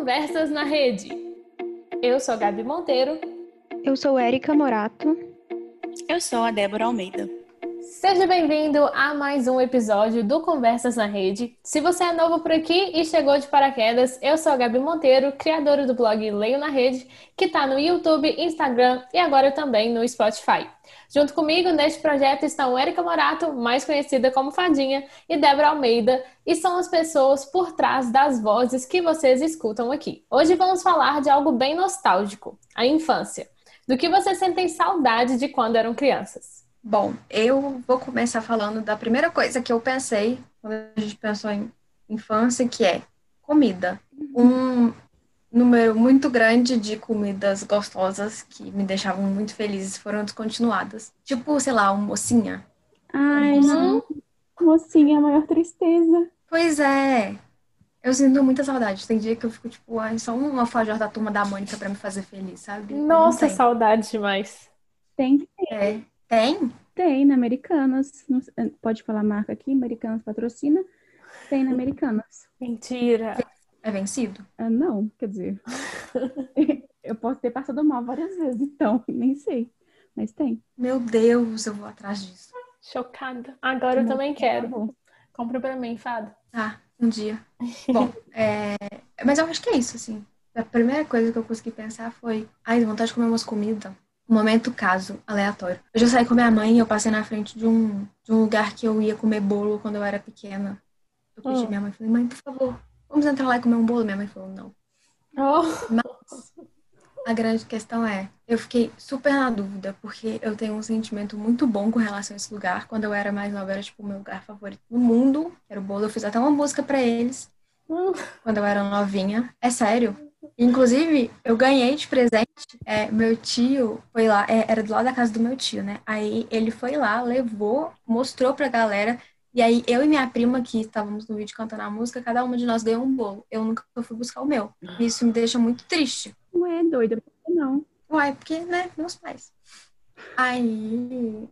Conversas na Rede. Eu sou a Gabi Monteiro. Eu sou Érica Morato. Eu sou a Débora Almeida. Seja bem-vindo a mais um episódio do Conversas na Rede. Se você é novo por aqui e chegou de paraquedas, eu sou a Gabi Monteiro, criadora do blog Leio na Rede, que está no YouTube, Instagram e agora também no Spotify. Junto comigo, neste projeto, estão Érica Morato, mais conhecida como Fadinha, e Débora Almeida, e são as pessoas por trás das vozes que vocês escutam aqui. Hoje vamos falar de algo bem nostálgico, a infância. Do que vocês sentem saudade de quando eram crianças? Bom, eu vou começar falando da primeira coisa que eu pensei quando a gente pensou em infância, que é comida. Um número muito grande de comidas gostosas que me deixavam muito felizes foram descontinuadas. Tipo, sei lá, uma mocinha. Ai, não. Mocinha, a maior tristeza. Pois é. Eu sinto muita saudade. Tem dia que eu fico tipo, ai, só um alfajor da Turma da Mônica pra me fazer feliz, sabe? Nossa, Não tem. saudade demais. Tem, É. Tem? tem na Americanas. Pode falar a marca aqui, Americanas patrocina. Tem na Americanas. Mentira. É vencido? Não, quer dizer, eu posso ter passado mal várias vezes, então, nem sei. Mas tem. Meu Deus, eu vou atrás disso. Chocada. Agora eu também Por quero. favor. Compra pra mim, Fada. Tá, um dia. Bom, mas eu acho que é isso, assim. A primeira coisa que eu consegui pensar foi, ai, vontade de comer umas comidas. Um momento caso, aleatório. Eu já saí com minha mãe e eu passei na frente de um lugar que eu ia comer bolo quando eu era pequena. Eu pedi minha mãe, falei, mãe, por favor, vamos entrar lá e comer um bolo? Minha mãe falou, não. Mas a grande questão é, eu fiquei super na dúvida, porque eu tenho um sentimento muito bom com relação a esse lugar. Quando eu era mais nova, era tipo o meu lugar favorito no mundo, que era o bolo. Eu fiz até uma música pra eles, quando eu era novinha. É sério. Inclusive, eu ganhei de presente, meu tio foi lá, era do lado da casa do meu tio, né? Aí ele foi lá, levou, mostrou pra galera, e aí eu e minha prima, que estávamos no vídeo cantando a música, cada uma de nós ganhou um bolo. Eu nunca fui buscar o meu. Isso me deixa muito triste. Não é doida, por que não? Uai, porque, né, meus pais. Aí,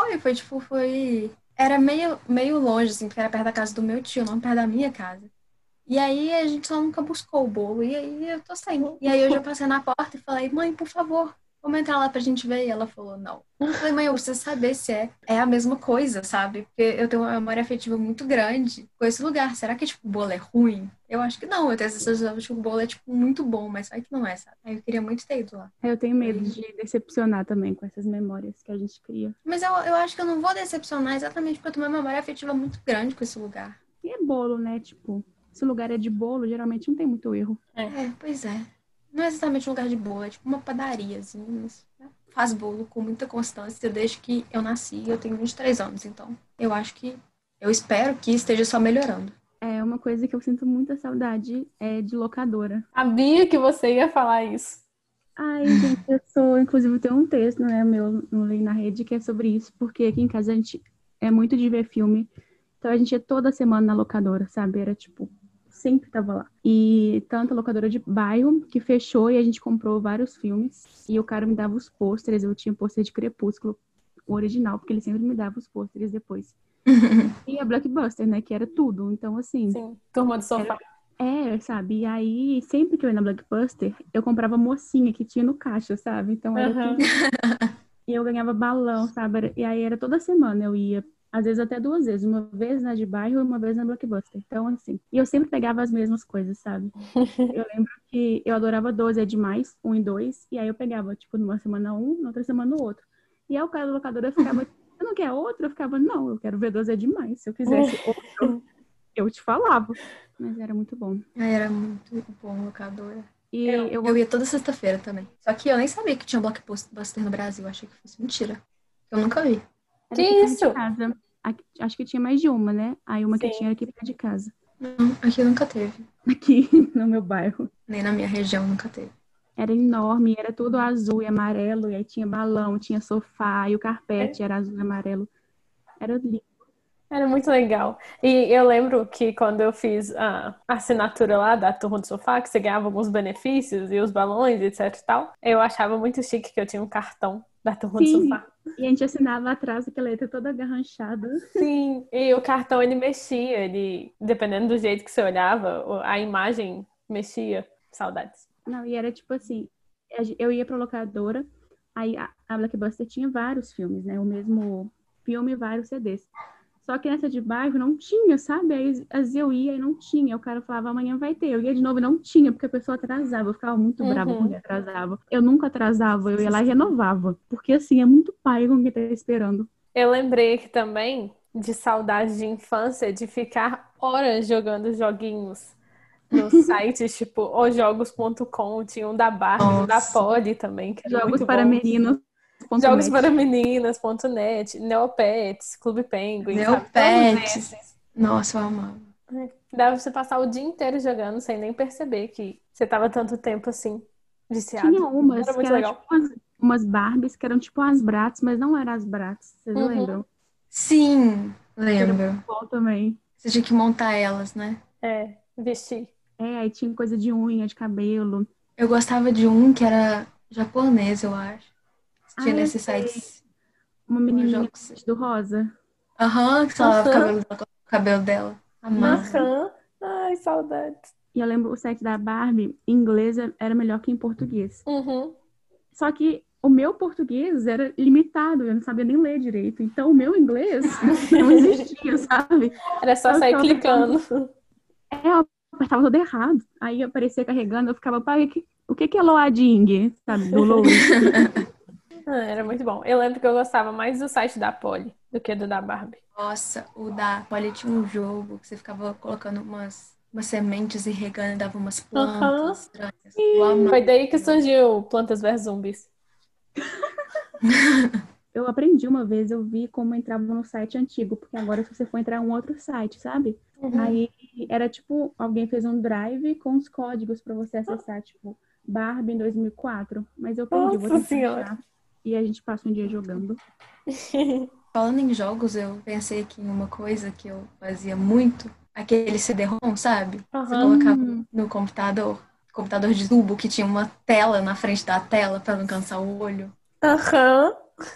foi. Era meio longe, assim, porque era perto da casa do meu tio, não perto da minha casa. E aí a gente só nunca buscou o bolo, e aí eu tô sem. E aí eu já passei na porta e falei, mãe, por favor, vamos entrar lá pra gente ver. E ela falou, não. Eu falei, mãe, eu preciso saber se é a mesma coisa, sabe? Porque eu tenho uma memória afetiva muito grande com esse lugar. Será que, tipo, o bolo é ruim? Eu acho que não. Eu tenho essa sensação de que o bolo é, tipo, muito bom, mas sabe que não é, sabe? Aí eu queria muito ter ido lá. Eu tenho medo de decepcionar também com essas memórias que a gente cria. Mas eu acho que eu não vou decepcionar exatamente porque eu tenho uma memória afetiva muito grande com esse lugar. E é bolo, né? Tipo, se o lugar é de bolo, geralmente não tem muito erro. Pois é. Não é exatamente um lugar de bolo, é tipo uma padaria, assim, mas faz bolo com muita constância desde que eu nasci. Eu tenho 23 anos, então eu espero que esteja só melhorando. É uma coisa que eu sinto muita saudade de locadora. Sabia que você ia falar isso. Ai, gente, inclusive, tem um texto, né, meu no Leio na Rede, que é sobre isso, porque aqui em casa a gente é muito de ver filme, então a gente ia toda semana na locadora, sabe? Era tipo, sempre tava lá. E tanto a locadora de bairro, que fechou e a gente comprou vários filmes, e o cara me dava os pôsteres, eu tinha pôster de Crepúsculo, o original, porque ele sempre me dava os pôsteres depois. E a Blockbuster, né, que era tudo, então assim... Sim, Turma do Sofá. Sabe? E aí, sempre que eu ia na Blockbuster, eu comprava mocinha que tinha no caixa, sabe? Então era tudo. E eu ganhava balão, sabe? E aí era toda semana eu ia, às vezes até 2 vezes, uma vez na de bairro e uma vez na Blockbuster. Então, assim. E eu sempre pegava as mesmas coisas, sabe? Eu lembro que eu adorava 12 é demais, 1 e 2, e aí eu pegava, tipo, numa semana um, na outra semana o outro. E aí o cara da locadora ficava, você não quer outro? Eu ficava, não, eu quero ver 12 é demais. Se eu quisesse outro, eu te falava. Mas era muito bom. Era muito bom, locadora. E Eu ia toda sexta-feira também. Só que eu nem sabia que tinha Blockbuster no Brasil. Eu achei que fosse mentira. Eu nunca vi. Que aqui perto isso? de casa. Acho que tinha mais de uma, né? Aí uma que Sim. tinha era aqui perto de casa. Não, aqui nunca teve. Aqui no meu bairro. Nem na minha região nunca teve. Era enorme, era tudo azul e amarelo. E aí tinha balão, tinha sofá. E o carpete era azul e amarelo. Era lindo. Era muito legal. E eu lembro que quando eu fiz a assinatura lá da Turma do Sofá, que você ganhava alguns benefícios e os balões, etc e tal, eu achava muito chique que eu tinha um cartão da Turma do Sim. Sofá. E a gente assinava atrás, aquela letra toda agarranchada. Sim, e o cartão ele mexia, dependendo do jeito que você olhava, a imagem mexia. Saudades. Não, e era tipo assim, eu ia pra locadora, aí a Blockbuster tinha vários filmes, né? O mesmo filme e vários CDs. Só que nessa de bairro não tinha, sabe? Aí às vezes eu ia e não tinha. O cara falava, amanhã vai ter. Eu ia de novo e não tinha, porque a pessoa atrasava. Eu ficava muito brava quando atrasava. Eu nunca atrasava, eu ia lá e renovava. Porque assim, é muito pai com quem tá esperando. Eu lembrei aqui também de saudade de infância, de ficar horas jogando joguinhos nos sites, tipo, ojogos.com, tinha um da Barbie, um da Nossa. Polly também, que era Jogos muito para bom. Jogos meninos.net. para meninas.net, Neopets, Clube Penguin, sabe? Todos Neopets. esses. Nossa, eu amava. Dava pra você passar o dia inteiro jogando sem nem perceber que você tava tanto tempo assim, Tinha viciado. Era umas que muito eram legal. tipo umas Barbies que eram tipo as Bratz, mas não eram as Bratz. Vocês lembram? Sim, Era lembro. muito bom também. Você tinha que montar elas, né? É, vestir. Aí tinha coisa de unha, de cabelo. Eu gostava de um que era japonês, eu acho. Tinha Eu nesses sei. sites. Uma Os menininha jogos. do rosa. Aham, que você lavava Aham, o cabelo dela. Amava. aham. Ai, saudades. E eu lembro o site da Barbie, em inglês era melhor que em português. Uhum. Só que o meu português era limitado, eu não sabia nem ler direito. Então o meu inglês não existia, sabe? Era só Aí eu sair ficava apertando, clicando. eu apertava tudo errado. Aí aparecia carregando, eu ficava, pai, o que é loading? Sabe, do load. Era muito bom. Eu lembro que eu gostava mais do site da Polly do que do da Barbie. Nossa, o da Polly tinha um jogo que você ficava colocando umas sementes e regando e dava umas Aham. plantas estranhas. Eu amava. Foi daí que surgiu Plantas vs Zumbis. Eu aprendi uma vez, eu vi como entrava no site antigo, porque agora se você for entrar em um outro site, sabe? Aí era tipo, alguém fez um drive com os códigos para você acessar, tipo, Barbie em 2004. Mas eu perdi, eu vou Nossa tentar Senhora. achar. E a gente passa um dia jogando. Falando em jogos, eu pensei aqui em uma coisa que eu fazia muito. Aquele CD-ROM, sabe? Você Aham. colocava no computador de tubo, que tinha uma tela na frente da tela para não cansar o olho. Aham.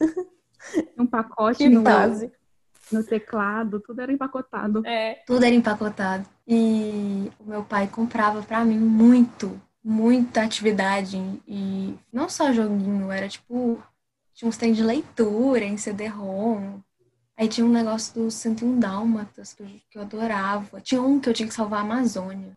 Um pacote Que fase. no teclado, tudo era empacotado. É. Tudo era empacotado. E o meu pai comprava pra mim muita atividade. E não só joguinho, era tipo, tinha uns trem de leitura em CD-ROM. Aí tinha um negócio do 101 Dálmatas que eu adorava. Tinha um que eu tinha que salvar a Amazônia.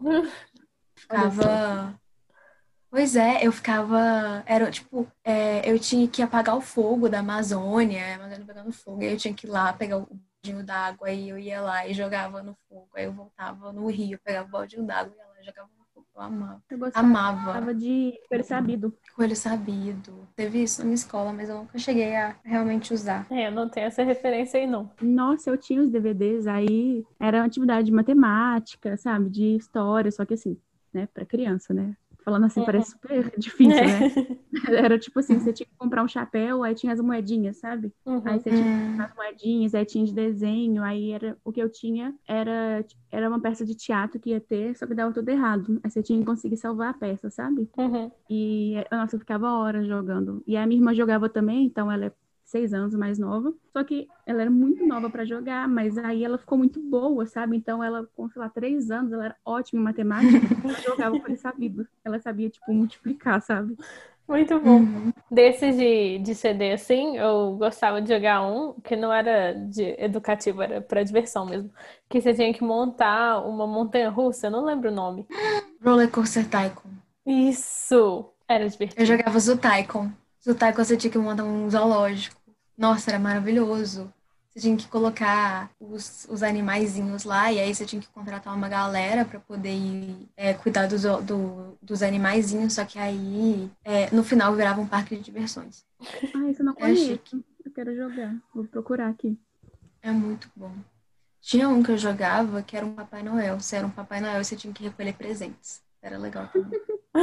Ficava. Pois é, eu ficava. Era tipo, eu tinha que apagar o fogo da Amazônia, a Amazônia pegando fogo. Aí eu tinha que ir lá pegar o baldinho d'água, aí eu ia lá e jogava no fogo. Aí eu voltava no rio, pegava o baldinho d'água, ia lá e jogava no fogo. Eu amava. Eu Amava. gostava de Coelho Sabido. Coelho sabido. Teve isso na minha escola, mas eu nunca cheguei a realmente usar. É, eu não tenho essa referência aí, não. Nossa, eu tinha os DVDs, aí era uma atividade de matemática, sabe? De história, só que assim, né, pra criança, né? Falando assim, parece super difícil, né? Era tipo assim, você tinha que comprar um chapéu, aí tinha as moedinhas, sabe? Aí você tinha que comprar as moedinhas, aí tinha de desenho, aí era o que eu tinha era uma peça de teatro que ia ter, só que dava tudo errado. Aí você tinha que conseguir salvar a peça, sabe? Uhum. E, nossa, eu ficava horas jogando. E a minha irmã jogava também, então ela é 6 anos mais nova. Só que ela era muito nova para jogar, mas aí ela ficou muito boa, sabe? Então ela, com, sei lá, 3 anos, ela era ótima em matemática. Ela jogava com ele sabido. Ela sabia, tipo, multiplicar, sabe? Muito bom. Desses de CD, assim, eu gostava de jogar um que não era de educativo, era pra diversão mesmo. Que você tinha que montar uma montanha-russa, eu não lembro o nome. Roller Coaster Tycoon. Isso! Era Eu divertido. jogava Zotaikon. Zotaikon você tinha que montar um zoológico. Nossa, era maravilhoso. Você tinha que colocar os animaizinhos lá, e aí você tinha que contratar uma galera pra poder ir, cuidar dos animaizinhos, só que aí no final virava um parque de diversões. Ah, isso eu não Era conheço. chique. Eu quero jogar. Vou procurar aqui. É muito bom. Tinha um que eu jogava que era um Papai Noel. Você era um Papai Noel e você tinha que recolher presentes. Era legal também.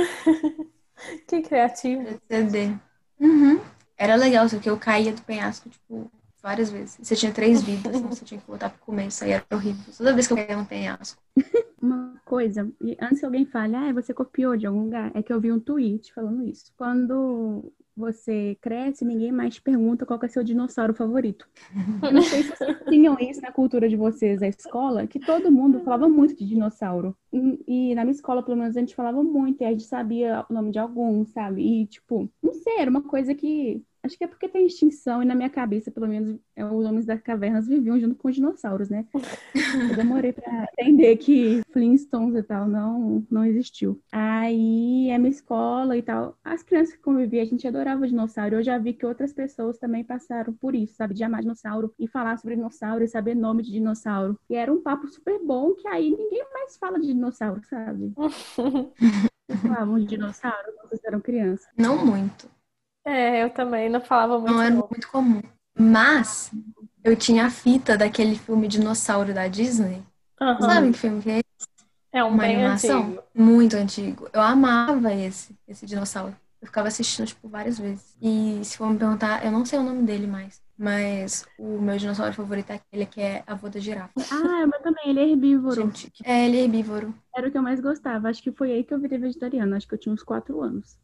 Que criativo. Era CD. Uhum. Era legal, só que eu caía do penhasco, tipo, várias vezes. Você tinha 3 vidas, então você tinha que voltar pro começo, aí era horrível. Toda vez que eu caía no penhasco. Uma coisa, e antes que alguém fale, você copiou de algum lugar, é que eu vi um tweet falando isso. Quando você cresce, ninguém mais te pergunta qual que é seu dinossauro favorito. Eu não sei se vocês tinham isso na cultura de vocês, da escola, que todo mundo falava muito de dinossauro. E na minha escola, pelo menos, a gente falava muito, e a gente sabia o nome de alguns, sabe? E, tipo, não sei, era uma coisa que... Acho que é porque tem extinção e na minha cabeça, pelo menos, os homens das cavernas viviam junto com os dinossauros, né? Eu demorei pra entender que Flintstones e tal não existiu. Aí, a minha escola e tal, as crianças que conviviam, a gente adorava dinossauro. Eu já vi que outras pessoas também passaram por isso, sabe? De amar dinossauro e falar sobre dinossauro e saber nome de dinossauro. E era um papo super bom que aí ninguém mais fala de dinossauro, sabe? Vocês falavam de dinossauro quando vocês eram crianças? Não muito. Eu também não falava muito. Não era muito comum. Mas eu tinha a fita daquele filme Dinossauro da Disney. Uhum. Sabe que filme que é esse? É Uma bem animação antigo. muito antigo. Eu amava esse dinossauro. Eu ficava assistindo, tipo, várias vezes. E se for me perguntar, eu não sei o nome dele mais. Mas o meu dinossauro favorito é aquele que é avô da girafa. Ah, mas também, ele é herbívoro. Gente, ele é herbívoro. Era o que eu mais gostava. Acho que foi aí que eu virei vegetariana. Acho que eu tinha uns 4 anos.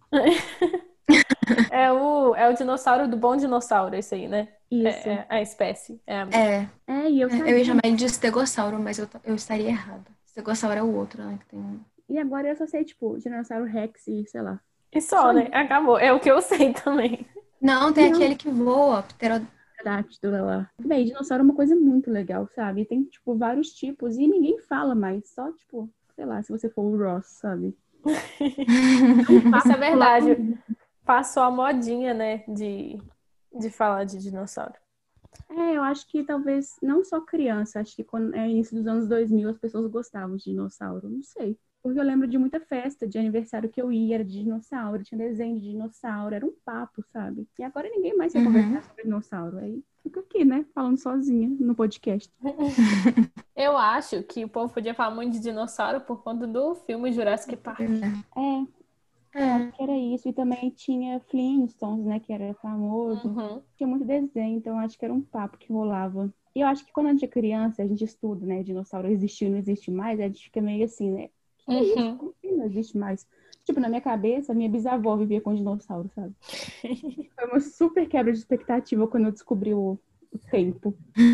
É o dinossauro do Bom Dinossauro, esse aí, né? Isso. É a espécie. E eu Eu ia chamar ele de estegossauro, mas eu estaria errada. Estegossauro é o outro, né? Que tem... E agora eu só sei, tipo, dinossauro Rex e sei lá. E só, né? Acabou. É o que eu sei também. Não, tem aquele que voa, Pterodáctilo lá. Bem, dinossauro é uma coisa muito legal, sabe? Tem, tipo, vários tipos e ninguém fala mais. Só, tipo, sei lá, se você for o Ross, sabe? Isso é verdade. Passou a modinha, né? De falar de dinossauro. Eu acho que talvez não só criança. Acho que quando é início dos anos 2000 as pessoas gostavam de dinossauro. Não sei. Porque eu lembro de muita festa de aniversário que eu ia, era de dinossauro, tinha desenho de dinossauro, era um papo, sabe? E agora ninguém mais quer conversar sobre dinossauro. Aí fica aqui, né? Falando sozinha no podcast. Eu acho que o povo podia falar muito de dinossauro por conta do filme Jurassic Park. Acho que era isso. E também tinha Flintstones, né? Que era famoso. Uhum. Tinha muito desenho, então acho que era um papo que rolava. E eu acho que quando a gente é criança, a gente estuda, né? Dinossauro existiu, não existe mais, a gente fica meio assim, né? Que isso? Como que não existe mais? Tipo, na minha cabeça, minha bisavó vivia com dinossauro, sabe? Foi uma super quebra de expectativa quando eu descobri o tempo.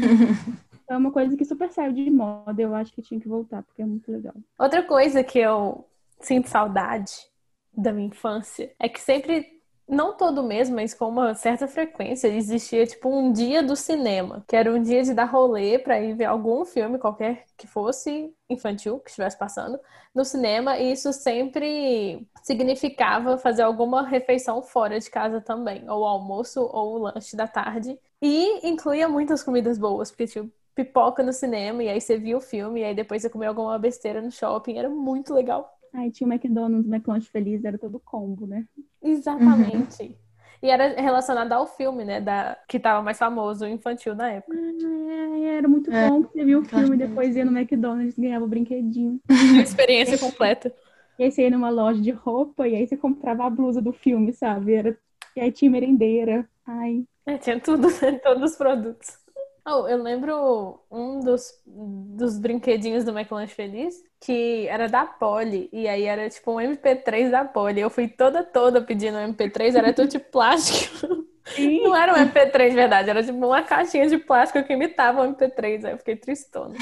É uma coisa que super saiu de moda, eu acho que tinha que voltar, porque é muito legal. Outra coisa que eu sinto saudade da minha infância é que sempre, não todo mês, mas com uma certa frequência, existia tipo um dia do cinema, que era um dia de dar rolê pra ir ver algum filme qualquer que fosse infantil, que estivesse passando no cinema, e isso sempre significava fazer alguma refeição fora de casa também, ou o almoço ou o lanche da tarde, e incluía muitas comidas boas, porque tinha pipoca no cinema, e aí você via o filme, e aí depois você comia alguma besteira no shopping, era muito legal. Aí tinha o McDonald's, McLanche Feliz, era todo combo, né? Exatamente. E era relacionado ao filme, né? Que tava mais famoso, o infantil na época. Era muito bom. Você viu o filme e depois ia no McDonald's e ganhava o brinquedinho. Experiência completa. E aí você ia numa loja de roupa e aí você comprava a blusa do filme, sabe? E aí tinha merendeira. Ai. Tinha tudo, né? Todos os produtos. Eu lembro um dos brinquedinhos do McLanche Feliz, que era da Polly, e aí era tipo um MP3 da Polly. Eu fui toda pedindo um MP3, era tudo de plástico. Sim. Não era um MP3 de verdade, era tipo uma caixinha de plástico que imitava um MP3, aí eu fiquei tristona.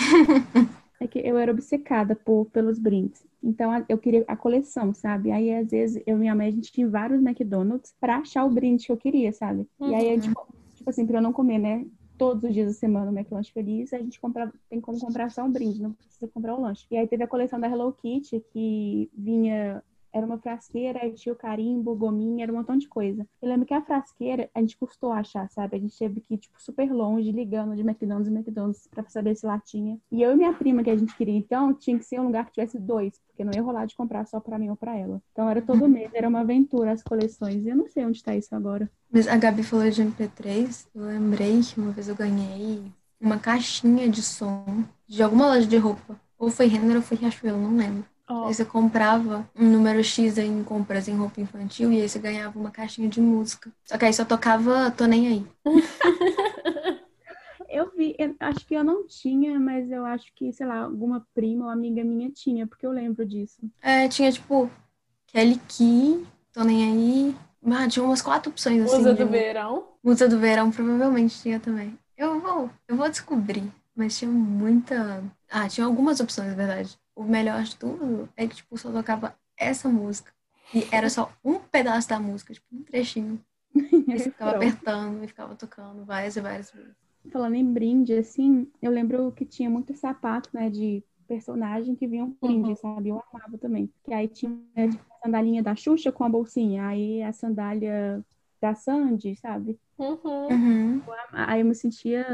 É que eu era obcecada pelos brindes. Então eu queria a coleção, sabe? Aí às vezes eu e minha mãe, a gente tinha vários McDonald's pra achar o brinde que eu queria, sabe? E aí, tipo assim, pra eu não comer, né? Todos os dias da semana o McLanche Feliz, a gente tem como comprar só um brinde, não precisa comprar o lanche. E aí teve a coleção da Hello Kitty, que vinha, era uma frasqueira, aí tinha o carimbo, gominha, era um montão de coisa. Eu lembro que a frasqueira, a gente custou achar, sabe? A gente teve que ir, tipo, super longe, ligando de McDonald's em McDonald's pra saber se lá tinha. E eu e minha prima, que a gente queria, então, tinha que ser um lugar que tivesse 2, porque não ia rolar de comprar só pra mim ou pra ela. Então era todo mês, era uma aventura as coleções. E eu não sei onde tá isso agora. Mas a Gabi falou de MP3, eu lembrei que uma vez eu ganhei uma caixinha de som de alguma loja de roupa. Ou foi Renner ou foi Riachuelo, não lembro. Aí você comprava um número X em compras em roupa infantil e aí você ganhava uma caixinha de música. Só que aí só tocava Tô Nem Aí. Eu vi acho que eu não tinha, mas eu acho que, sei lá, alguma prima ou amiga minha tinha, porque eu lembro disso. Tinha, tipo, Kelly Key, Tô Nem Aí. Tinha umas 4 opções, assim, Musa de do verão. Musa do Verão, provavelmente tinha também. Eu vou descobrir, mas tinha muita... tinha algumas opções, na verdade. O melhor de tudo é que, tipo, só tocava essa música. E era só um pedaço da música, tipo, um trechinho. E você ficava Refrão. apertando e ficava tocando várias e várias vezes. Falando em brinde, assim, eu lembro que tinha muito sapato, né, de personagem que vinham brinde, sabe? Eu amava também. Que aí tinha tipo, a sandalinha da Xuxa com a bolsinha, aí a sandália da Sandy, sabe? Uhum. Uhum. Aí eu me sentia,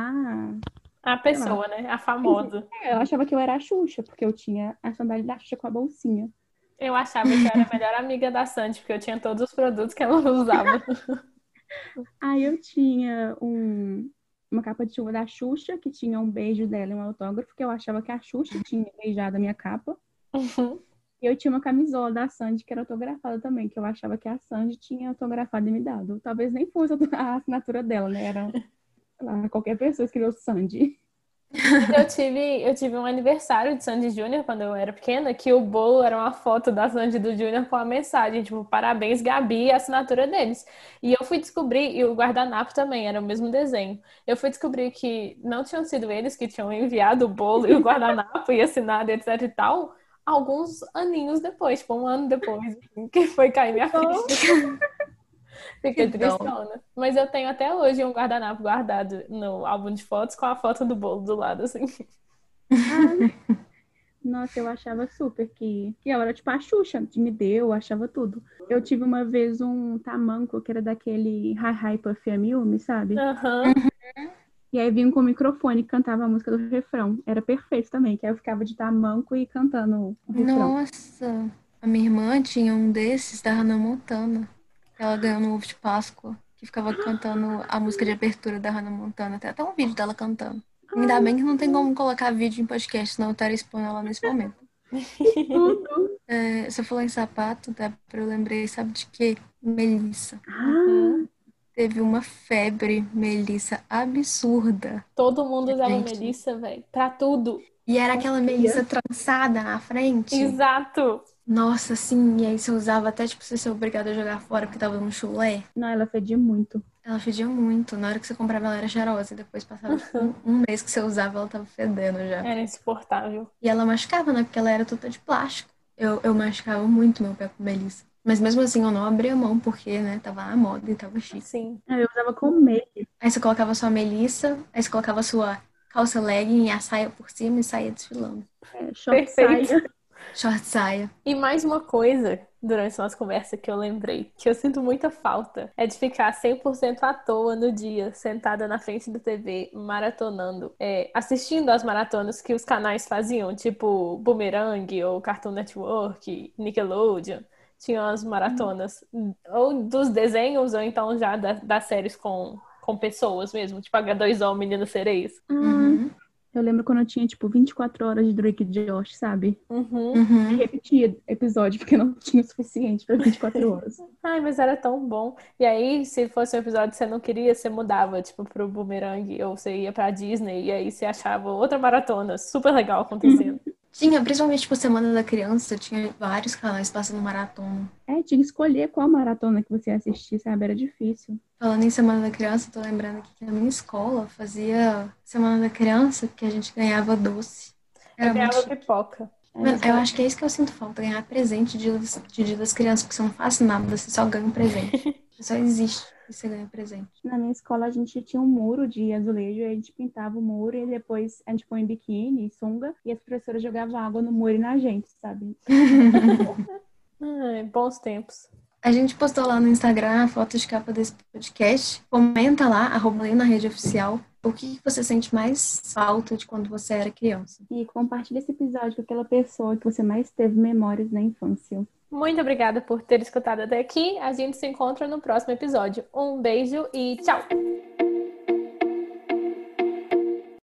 A sei lá. pessoa, né? A famosa. Eu achava que eu era a Xuxa, porque eu tinha a sandália da Xuxa com a bolsinha. Eu achava que eu era a melhor amiga da Sandy, porque eu tinha todos os produtos que ela usava. Aí eu tinha uma capa de chuva da Xuxa, que tinha um beijo dela e um autógrafo, que eu achava que a Xuxa tinha beijado a minha capa. Uhum. E eu tinha uma camisola da Sandy que era autografada também, que eu achava que a Sandy tinha autografado e me dado. Talvez nem fosse a assinatura dela, né? Era, sei lá, qualquer pessoa escreveu Sandy. Mas eu tive um aniversário de Sandy Júnior quando eu era pequena, que o bolo era uma foto da Sandy e do Júnior com a mensagem, tipo, parabéns, Gabi, e a assinatura deles. E eu fui descobrir, e o guardanapo também era o mesmo desenho. Eu fui descobrir que não tinham sido eles que tinham enviado o bolo e o guardanapo e assinado, etc e tal, alguns aninhos depois, tipo, um ano depois, assim, que foi cair minha Então, ficha. Que Fiquei dó. tristona. Mas eu tenho até hoje um guardanapo guardado no álbum de fotos com a foto do bolo do lado, assim. ah, nossa, eu achava super que ela era tipo a Xuxa, que me deu, eu achava tudo. Eu tive uma vez um tamanco que era daquele Hi Hi Puffy Amiyumi, sabe? Aham. E aí vinha com o microfone e cantava a música do refrão. Era perfeito também, que aí eu ficava de tamanco e cantando o refrão. Nossa, a minha irmã tinha um desses da Hannah Montana. Ela ganhou no ovo de Páscoa, que ficava cantando a música de abertura da Hannah Montana. Tem até um vídeo dela cantando. Ainda bem que não tem como colocar vídeo em podcast, senão eu estaria expondo ela nesse momento. Tudo. Você falou em sapato, Débora, eu lembrei, sabe de quê? Melissa. Uhum. Teve uma febre Melissa absurda, Todo mundo usava gente. Melissa, velho. Pra tudo. E era aquela Melissa trançada na frente. Exato. Nossa, sim, e aí você usava até, tipo, você ser obrigada a jogar fora porque tava no chulé. Não, ela fedia muito. Ela fedia muito. Na hora que você comprava, ela era cheirosa. E depois passava, tipo, um mês que você usava, ela tava fedendo já. Era insuportável. E ela machucava, né? Porque ela era toda de plástico. Eu machucava muito meu pé com Melissa. Mas mesmo assim, eu não abria mão, porque, né, tava à moda e tava chique. Sim. Eu usava com medo. Aí você colocava sua Melissa, aí você colocava sua calça legging e a saia por cima e saía desfilando. Short Perfeito. saia. Short saia. E mais uma coisa durante nossa conversa que eu lembrei, que eu sinto muita falta, é de ficar 100% à toa no dia, sentada na frente da TV, maratonando, assistindo as maratonas que os canais faziam, tipo Boomerang ou Cartoon Network, Nickelodeon. Tinham as maratonas, ou dos desenhos, ou então já das séries com pessoas mesmo, tipo H2O, Meninas Sereias. Uhum. Eu lembro quando eu tinha, tipo, 24 horas de Drake e Josh, sabe? Uhum. E Uhum. repetia episódio, porque não tinha o suficiente pra 24 horas. Ai, mas era tão bom. E aí, se fosse um episódio que você não queria, você mudava, tipo, pro Boomerang, ou você ia pra Disney, e aí você achava outra maratona super legal acontecendo. Tinha, principalmente, tipo, Semana da Criança, tinha vários canais passando maratona. Tinha que escolher qual maratona que você ia assistir, sabe? Era difícil. Falando em Semana da Criança, tô lembrando aqui que na minha escola fazia Semana da Criança, que a gente ganhava doce. Eu Era muito ganhava chique. pipoca. Mano, eu acho que é isso que eu sinto falta, ganhar presente de Dia das Crianças, porque você não faz nada, você só ganha um presente. Você só existe e você ganha presente. Na minha escola, a gente tinha um muro de azulejo, e a gente pintava o muro e depois a gente põe biquíni e sunga, e as professoras jogavam água no muro e na gente, sabe? Ai, bons tempos. A gente postou lá no Instagram a foto de capa desse podcast. Comenta lá, @leio na rede oficial, o que você sente mais falta de quando você era criança. E compartilha esse episódio com aquela pessoa que você mais teve memórias na infância. Muito obrigada por ter escutado até aqui. A gente se encontra no próximo episódio. Um beijo e tchau!